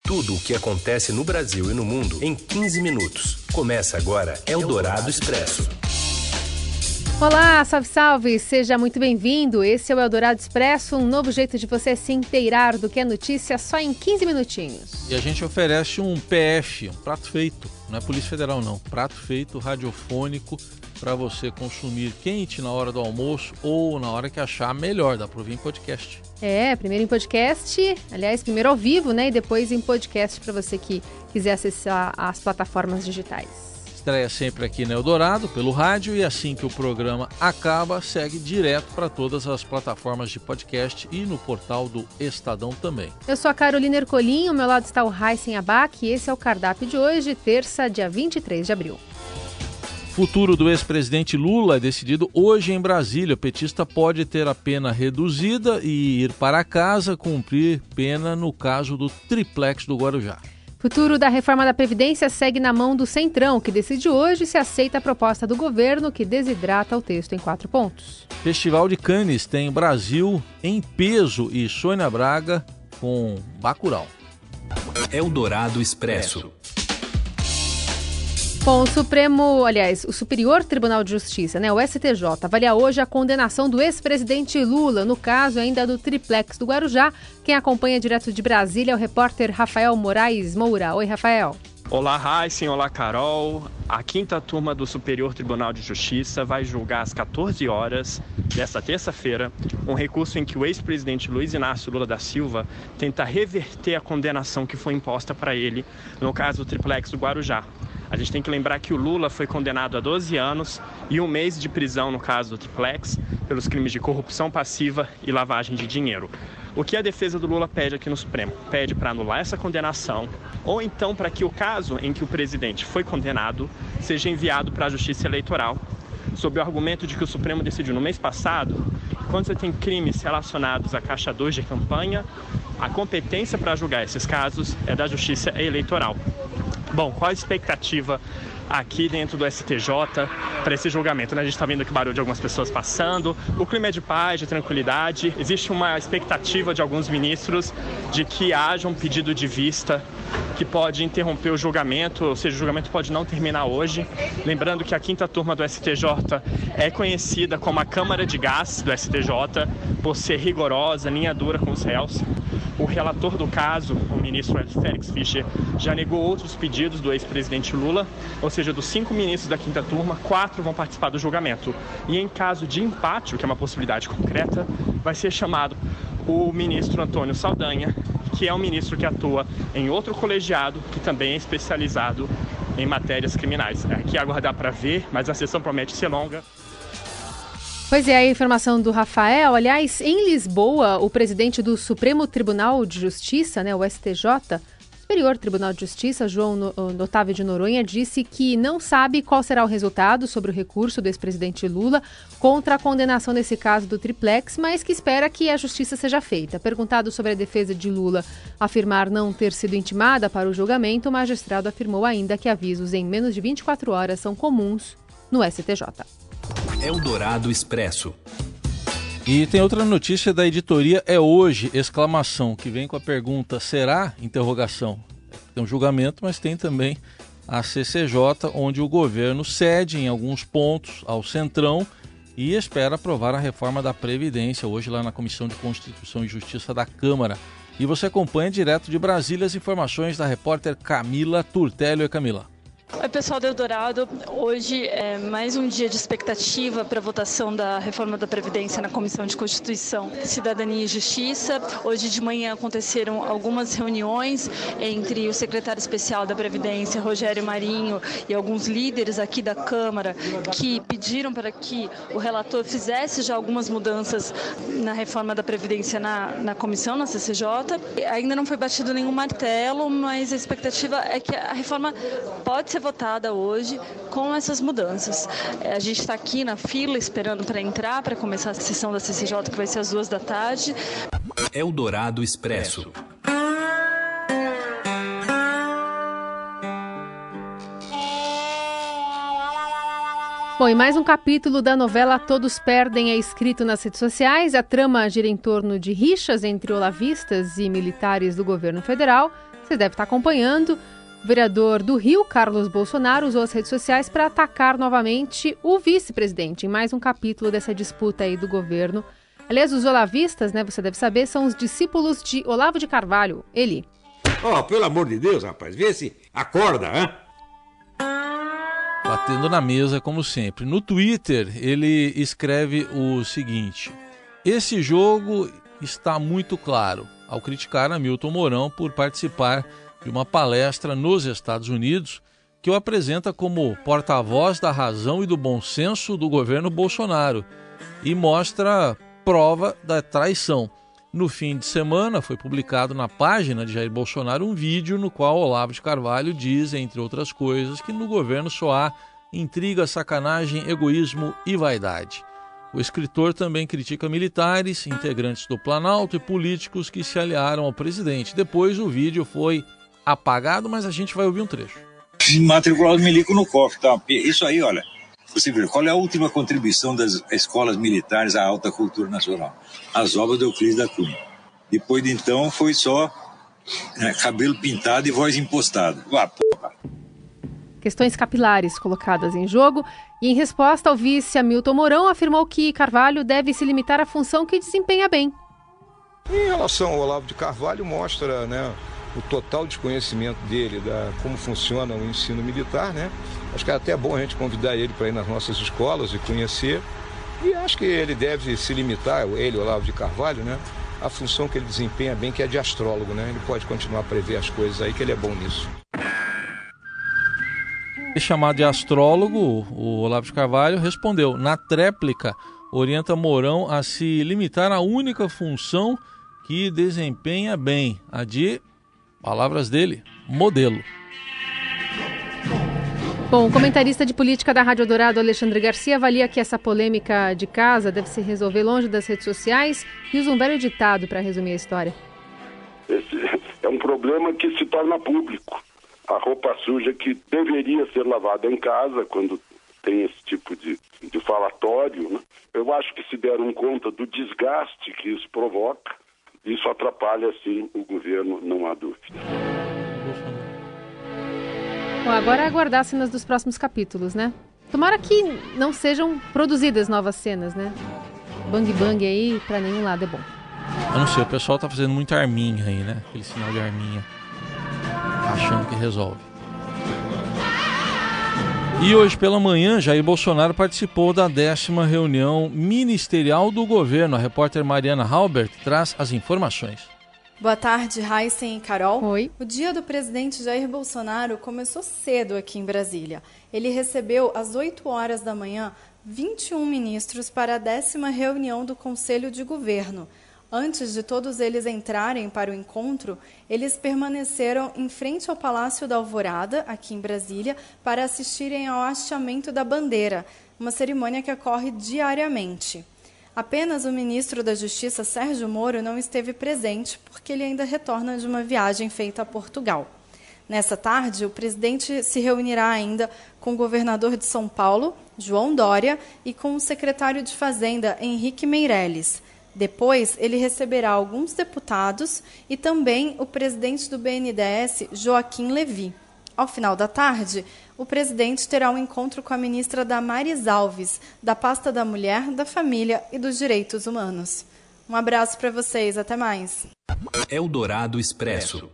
Tudo o que acontece no Brasil e no mundo em 15 minutos. Começa agora Eldorado Expresso. Olá, salve, salve! Seja muito bem-vindo. Esse é o Eldorado Expresso, um novo jeito de você se inteirar do que é notícia só em 15 minutinhos. E a gente oferece um PF, um prato feito, não é Polícia Federal não, prato feito radiofônico para você consumir quente na hora do almoço ou na hora que achar melhor, dá para ouvir em podcast. Primeiro em podcast, aliás, primeiro ao vivo, né? E depois em podcast para você que quiser acessar as plataformas digitais. Estreia sempre aqui no Eldorado, pelo rádio, e assim que o programa acaba, segue direto para todas as plataformas de podcast e no portal do Estadão também. Eu sou a Carolina Ercolim, ao meu lado está o Raíssen Abac e esse é o cardápio de hoje, terça, dia 23 de abril. Futuro do ex-presidente Lula é decidido hoje em Brasília. O petista pode ter a pena reduzida e ir para casa cumprir pena no caso do triplex do Guarujá. Futuro da reforma da Previdência segue na mão do Centrão, que decide hoje se aceita a proposta do governo, que desidrata o texto em 4 pontos. Festival de Cannes tem Brasil em peso e Sônia Braga com Bacurau. Eldorado Expresso. Bom, o Superior Tribunal de Justiça, o STJ, avalia hoje a condenação do ex-presidente Lula, no caso ainda do triplex do Guarujá. Quem acompanha direto de Brasília é o repórter Rafael Moraes Moura. Oi, Rafael. Olá, Raíssen. Olá, Carol. A 5ª turma do Superior Tribunal de Justiça vai julgar às 14 horas desta terça-feira um recurso em que o ex-presidente Luiz Inácio Lula da Silva tenta reverter a condenação que foi imposta para ele no caso do triplex do Guarujá. A gente tem que lembrar que o Lula foi condenado a 12 anos e 1 mês de prisão no caso do triplex pelos crimes de corrupção passiva e lavagem de dinheiro. O que a defesa do Lula pede aqui no Supremo? Pede para anular essa condenação ou então para que o caso em que o presidente foi condenado seja enviado para a Justiça Eleitoral, sob o argumento de que o Supremo decidiu no mês passado que quando você tem crimes relacionados a Caixa 2 de campanha, a competência para julgar esses casos é da Justiça Eleitoral. Bom, qual a expectativa aqui dentro do STJ para esse julgamento? A gente está vendo aqui o barulho de algumas pessoas passando, o clima é de paz, de tranquilidade. Existe uma expectativa de alguns ministros de que haja um pedido de vista que pode interromper o julgamento, ou seja, o julgamento pode não terminar hoje. Lembrando que a 5ª turma do STJ é conhecida como a Câmara de Gás do STJ, por ser rigorosa, linha dura com os réus. O relator do caso, o ministro Félix Fischer, já negou outros pedidos do ex-presidente Lula, ou seja, dos 5 ministros da 5ª turma, 4 vão participar do julgamento. E em caso de empate, o que é uma possibilidade concreta, vai ser chamado o ministro Antônio Saldanha, que é um ministro que atua em outro colegiado, que também é especializado em matérias criminais. É aqui aguardar para ver, mas a sessão promete ser longa. Pois é, a informação do Rafael. Aliás, em Lisboa, o presidente do Supremo Tribunal de Justiça, o STJ, Superior Tribunal de Justiça, João Otávio de Noronha, disse que não sabe qual será o resultado sobre o recurso do ex-presidente Lula contra a condenação nesse caso do triplex, mas que espera que a justiça seja feita. Perguntado sobre a defesa de Lula afirmar não ter sido intimada para o julgamento, o magistrado afirmou ainda que avisos em menos de 24 horas são comuns no STJ. Eldorado Expresso. E tem outra notícia da editoria É Hoje, exclamação, que vem com a pergunta, será? Interrogação. Tem um julgamento, mas tem também a CCJ, onde o governo cede em alguns pontos ao Centrão e espera aprovar a reforma da Previdência, hoje lá na Comissão de Constituição e Justiça da Câmara. E você acompanha direto de Brasília as informações da repórter Camila Turtelli. Oi, Camila. Oi, pessoal do Eldorado. Hoje é mais um dia de expectativa para a votação da reforma da Previdência na Comissão de Constituição, Cidadania e Justiça. Hoje de manhã aconteceram algumas reuniões entre o secretário especial da Previdência, Rogério Marinho, e alguns líderes aqui da Câmara que pediram para que o relator fizesse já algumas mudanças na reforma da Previdência na comissão, na CCJ. Ainda não foi batido nenhum martelo, mas a expectativa é que a reforma pode ser votada hoje com essas mudanças. A gente está aqui na fila esperando para entrar, para começar a sessão da CCJ, que vai ser às 14h. Eldorado Expresso. Bom, e mais um capítulo da novela Todos Perdem é escrito nas redes sociais. A trama gira em torno de rixas entre olavistas e militares do governo federal. Você deve estar acompanhando. O vereador do Rio, Carlos Bolsonaro, usou as redes sociais para atacar novamente o vice-presidente em mais um capítulo dessa disputa aí do governo. Aliás, os olavistas, né, você deve saber, são os discípulos de Olavo de Carvalho, ele. Pelo amor de Deus, rapaz, vê se acorda, hein? Batendo na mesa, como sempre. No Twitter, ele escreve o seguinte: esse jogo está muito claro, ao criticar Hamilton Mourão por participar de uma palestra nos Estados Unidos que o apresenta como porta-voz da razão e do bom senso do governo Bolsonaro e mostra prova da traição. No fim de semana, foi publicado na página de Jair Bolsonaro um vídeo no qual Olavo de Carvalho diz, entre outras coisas, que no governo só há intriga, sacanagem, egoísmo e vaidade. O escritor também critica militares, integrantes do Planalto e políticos que se aliaram ao presidente. Depois o vídeo foi apagado, mas a gente vai ouvir um trecho. Matricular os milicos no cofre, tá? Isso aí, olha. Você vê, qual é a última contribuição das escolas militares à alta cultura nacional? As obras de Euclides da Cunha. Depois de então foi só cabelo pintado e voz impostada. Questões capilares colocadas em jogo. E em resposta ao vice Hamilton Mourão, afirmou que Carvalho deve se limitar à função que desempenha bem. Em relação ao Olavo de Carvalho, mostra, né, o total desconhecimento dele da como funciona o ensino militar, né? Acho que é até bom a gente convidar ele para ir nas nossas escolas e conhecer. E acho que ele deve se limitar, Olavo de Carvalho, né, a função que ele desempenha bem, que é de astrólogo, né? Ele pode continuar a prever as coisas aí, que ele é bom nisso. Chamado de astrólogo, o Olavo de Carvalho respondeu: na tréplica, orienta Mourão a se limitar à única função que desempenha bem, a de, palavras dele, modelo. Bom, o comentarista de política da Rádio Dourado, Alexandre Garcia, avalia que essa polêmica de casa deve se resolver longe das redes sociais e usa um velho ditado para resumir a história. Esse é um problema que se torna público. A roupa suja que deveria ser lavada em casa, quando tem esse tipo de falatório, né? Eu acho que se deram conta do desgaste que isso provoca, isso atrapalha, sim, o governo, não há dúvida. Bom, agora é aguardar as cenas dos próximos capítulos, né? Tomara que não sejam produzidas novas cenas, né? Bang bang aí, pra nenhum lado é bom. Eu não sei, o pessoal tá fazendo muita arminha aí, né? Aquele sinal de arminha, achando que resolve. E hoje pela manhã, Jair Bolsonaro participou da 10ª reunião ministerial do governo. A repórter Mariana Halbert traz as informações. Boa tarde, Heisen e Carol. Oi. O dia do presidente Jair Bolsonaro começou cedo aqui em Brasília. Ele recebeu às 8 horas da manhã 21 ministros para a 10ª reunião do Conselho de Governo. Antes de todos eles entrarem para o encontro, eles permaneceram em frente ao Palácio da Alvorada, aqui em Brasília, para assistirem ao hasteamento da bandeira, uma cerimônia que ocorre diariamente. Apenas o ministro da Justiça, Sérgio Moro, não esteve presente, porque ele ainda retorna de uma viagem feita a Portugal. Nessa tarde, o presidente se reunirá ainda com o governador de São Paulo, João Dória, e com o secretário de Fazenda, Henrique Meirelles. Depois, ele receberá alguns deputados e também o presidente do BNDES, Joaquim Levy. Ao final da tarde, o presidente terá um encontro com a ministra Damares Alves, da pasta da Mulher, da Família e dos Direitos Humanos. Um abraço para vocês, até mais. Eldorado Expresso.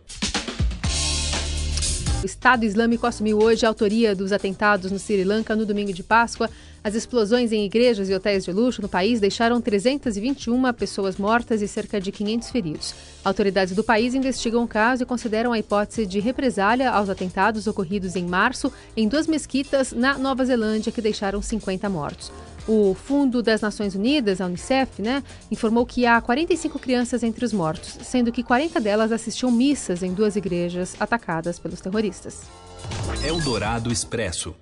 O Estado Islâmico assumiu hoje a autoria dos atentados no Sri Lanka no domingo de Páscoa. As explosões em igrejas e hotéis de luxo no país deixaram 321 pessoas mortas e cerca de 500 feridos. Autoridades do país investigam o caso e consideram a hipótese de represália aos atentados ocorridos em março em 2 mesquitas na Nova Zelândia, que deixaram 50 mortos. O Fundo das Nações Unidas, a Unicef, informou que há 45 crianças entre os mortos, sendo que 40 delas assistiam missas em 2 igrejas atacadas pelos terroristas. Eldorado Expresso.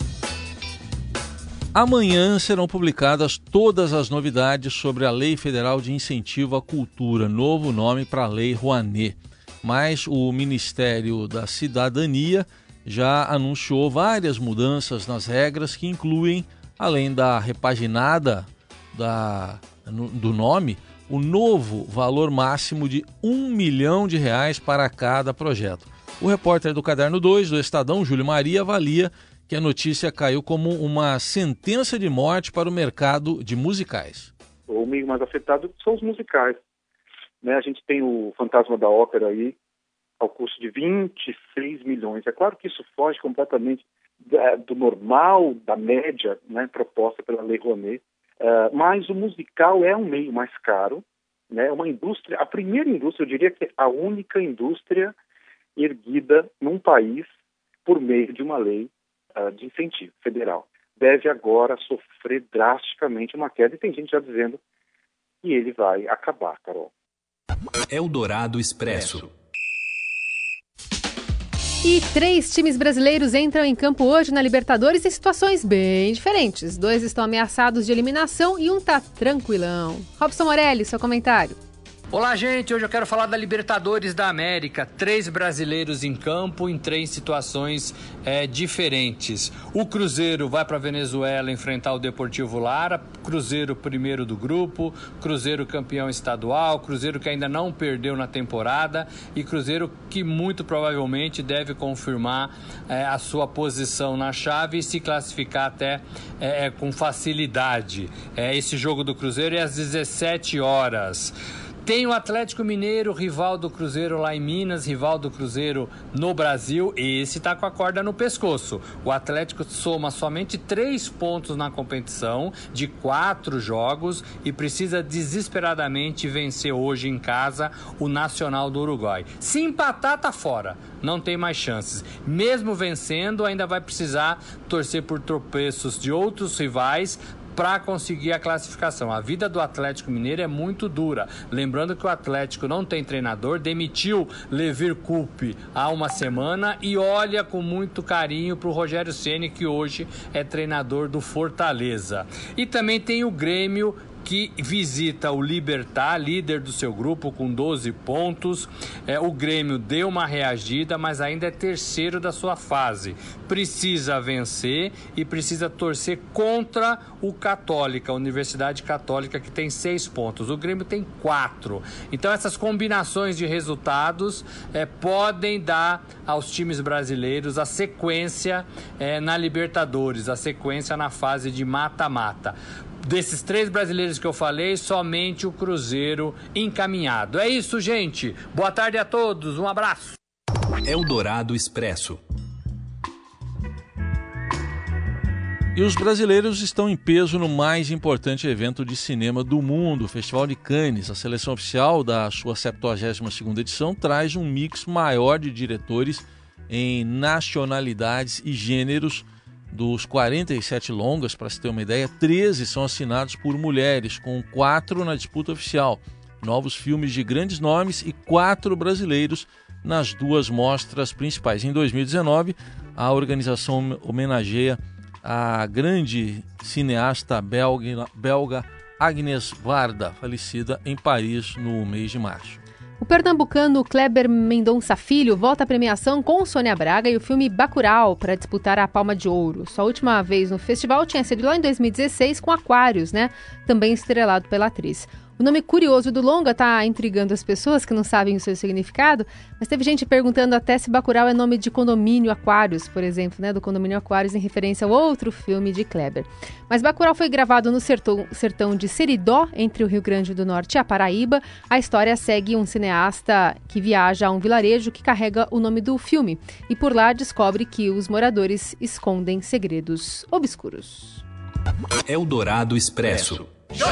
Amanhã serão publicadas todas as novidades sobre a Lei Federal de Incentivo à Cultura, novo nome para a Lei Rouanet. Mas o Ministério da Cidadania já anunciou várias mudanças nas regras que incluem, além da repaginada do nome, o novo valor máximo de R$1 milhão para cada projeto. O repórter do Caderno 2 do Estadão, Júlio Maria, avalia que a notícia caiu como uma sentença de morte para o mercado de musicais. O meio mais afetado são os musicais. Né? A gente tem o Fantasma da Ópera aí, ao custo de 26 milhões. É claro que isso foge completamente do normal, da média, né, proposta pela Lei Rouanet, mas o musical é um meio mais caro, né, uma indústria, a primeira indústria, eu diria que é a única indústria erguida num país por meio de uma lei de incentivo federal. Deve agora sofrer drasticamente uma queda, e tem gente já dizendo que ele vai acabar, Carol. Eldorado Expresso. E 3 times brasileiros entram em campo hoje na Libertadores em situações bem diferentes. 2 estão ameaçados de eliminação e um tá tranquilão. Robson Morelli, seu comentário. Olá, gente. Hoje eu quero falar da Libertadores da América. 3 brasileiros em campo em 3 situações diferentes. O Cruzeiro vai para a Venezuela enfrentar o Deportivo Lara. Cruzeiro primeiro do grupo. Cruzeiro campeão estadual. Cruzeiro que ainda não perdeu na temporada. E Cruzeiro que muito provavelmente deve confirmar a sua posição na chave e se classificar até com facilidade. Esse jogo do Cruzeiro é às 17 horas. Tem o Atlético Mineiro, rival do Cruzeiro lá em Minas, rival do Cruzeiro no Brasil. Esse tá com a corda no pescoço. O Atlético soma somente 3 pontos na competição de 4 jogos e precisa desesperadamente vencer hoje em casa o Nacional do Uruguai. Se empatar, tá fora. Não tem mais chances. Mesmo vencendo, ainda vai precisar torcer por tropeços de outros rivais para conseguir a classificação. A vida do Atlético Mineiro é muito dura. Lembrando que o Atlético não tem treinador, demitiu Levir Coupe há uma semana e olha com muito carinho para o Rogério Ceni, que hoje é treinador do Fortaleza. E também tem o Grêmio, que visita o Libertad, líder do seu grupo com 12 pontos. O Grêmio deu uma reagida, mas ainda é terceiro da sua fase. Precisa vencer e precisa torcer contra o Católica, a Universidade Católica, que tem 6 pontos. O Grêmio tem 4. Então essas combinações de resultados podem dar aos times brasileiros a sequência na Libertadores, a sequência na fase de mata-mata. Desses 3 brasileiros que eu falei, somente o Cruzeiro encaminhado. É isso, gente. Boa tarde a todos. Um abraço. Eldorado Expresso. E os brasileiros estão em peso no mais importante evento de cinema do mundo, o Festival de Cannes. A seleção oficial da sua 72ª edição traz um mix maior de diretores em nacionalidades e gêneros. Dos 47 longas, para se ter uma ideia, 13 são assinados por mulheres, com 4 na disputa oficial. Novos filmes de grandes nomes e 4 brasileiros nas 2 mostras principais. Em 2019, a organização homenageia a grande cineasta belga Agnes Varda, falecida em Paris no mês de março. O pernambucano Kleber Mendonça Filho volta à premiação com Sônia Braga e o filme Bacurau para disputar a Palma de Ouro. Sua última vez no festival tinha sido lá em 2016 com Aquários, né? Também estrelado pela atriz. O nome curioso do longa está intrigando as pessoas que não sabem o seu significado, mas teve gente perguntando até se Bacurau é nome de condomínio Aquários, por exemplo, né, do condomínio Aquários, em referência ao outro filme de Kleber. Mas Bacurau foi gravado no sertão de Seridó, entre o Rio Grande do Norte e a Paraíba. A história segue um cineasta que viaja a um vilarejo que carrega o nome do filme e por lá descobre que os moradores escondem segredos obscuros. Eldorado Expresso.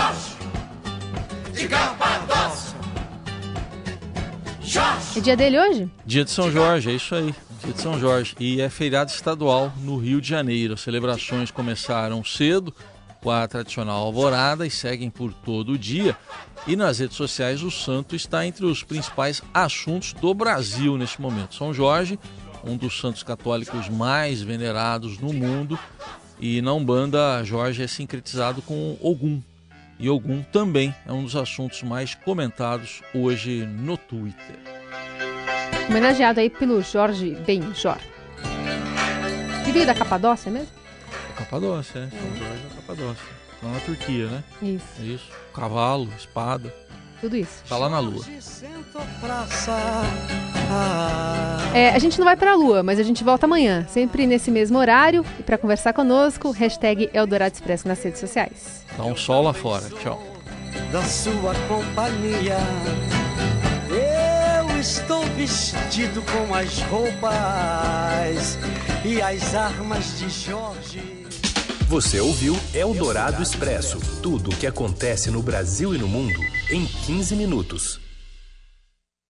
É dia dele hoje? Dia de São Jorge, é isso aí, dia de São Jorge. E é feriado estadual no Rio de Janeiro. As celebrações começaram cedo, com a tradicional alvorada, e seguem por todo o dia. E nas redes sociais o santo está entre os principais assuntos do Brasil neste momento. São Jorge, um dos santos católicos mais venerados no mundo. E na Umbanda, Jorge é sincretizado com Ogum. E Ogum também é um dos assuntos mais comentados hoje no Twitter. Homenageado aí pelo Jorge Benjor. Que veio da Capadócia mesmo? Capadócia, São Jorge é Capadócia. Lá na Turquia, né? Isso. Cavalo, espada. Tudo isso. Tá lá na Lua. A gente não vai pra Lua, mas a gente volta amanhã, sempre nesse mesmo horário. E para conversar conosco, #Eldorado Expresso nas redes sociais. Tá um sol lá fora. Tchau. Da sua companhia, eu estou vestido com as roupas e as armas de Jorge. Você ouviu Eldorado Expresso. Tudo o que acontece no Brasil e no mundo em 15 minutos.